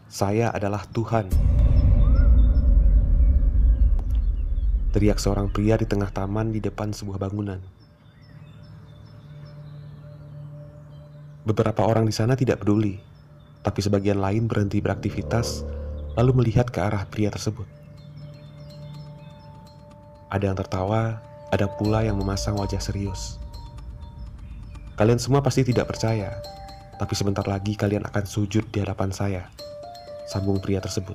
"Saya adalah Tuhan," teriak seorang pria di tengah taman di depan sebuah bangunan. Beberapa orang di sana tidak peduli, tapi sebagian lain berhenti beraktivitas lalu melihat ke arah pria tersebut. Ada yang tertawa, ada pula yang memasang wajah serius. "Kalian semua pasti tidak percaya, tapi sebentar lagi kalian akan sujud di hadapan saya," sambung pria tersebut.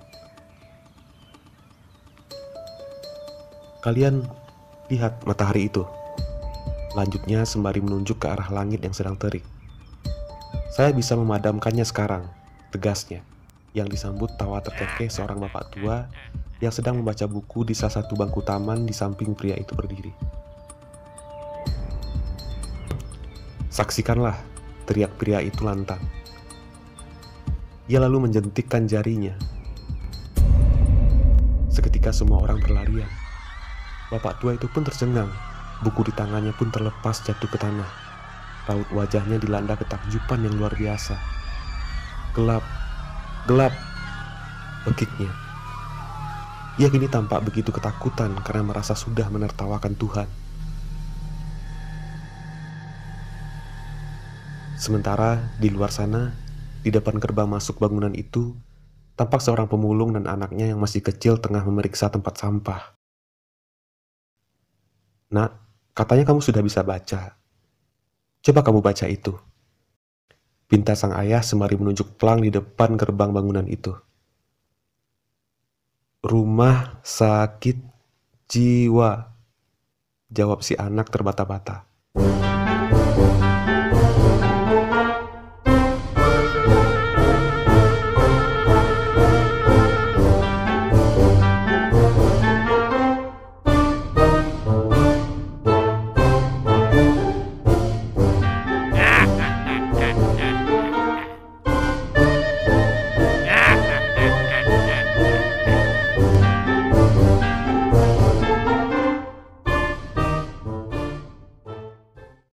"Kalian lihat matahari itu," lanjutnya sembari menunjuk ke arah langit yang sedang terik. "Saya bisa memadamkannya sekarang," tegasnya, yang disambut tawa terkekeh seorang bapak tua yang sedang membaca buku di salah satu bangku taman di samping pria itu berdiri. "Saksikanlah," teriak pria itu lantang. Ia lalu menjentikkan jarinya. Seketika semua orang berlarian. Bapak tua itu pun tercengang, buku di tangannya pun terlepas jatuh ke tanah. Raut wajahnya dilanda ketakjuban yang luar biasa. "Gelap, gelap," bekiknya. Ia kini tampak begitu ketakutan karena merasa sudah menertawakan Tuhan. Sementara di luar sana, di depan gerbang masuk bangunan itu, tampak seorang pemulung dan anaknya yang masih kecil tengah memeriksa tempat sampah. "Nak, katanya kamu sudah bisa baca. Coba kamu baca itu," pinta sang ayah sembari menunjuk pelang di depan gerbang bangunan itu. "Rumah sakit jiwa," jawab si anak terbata-bata.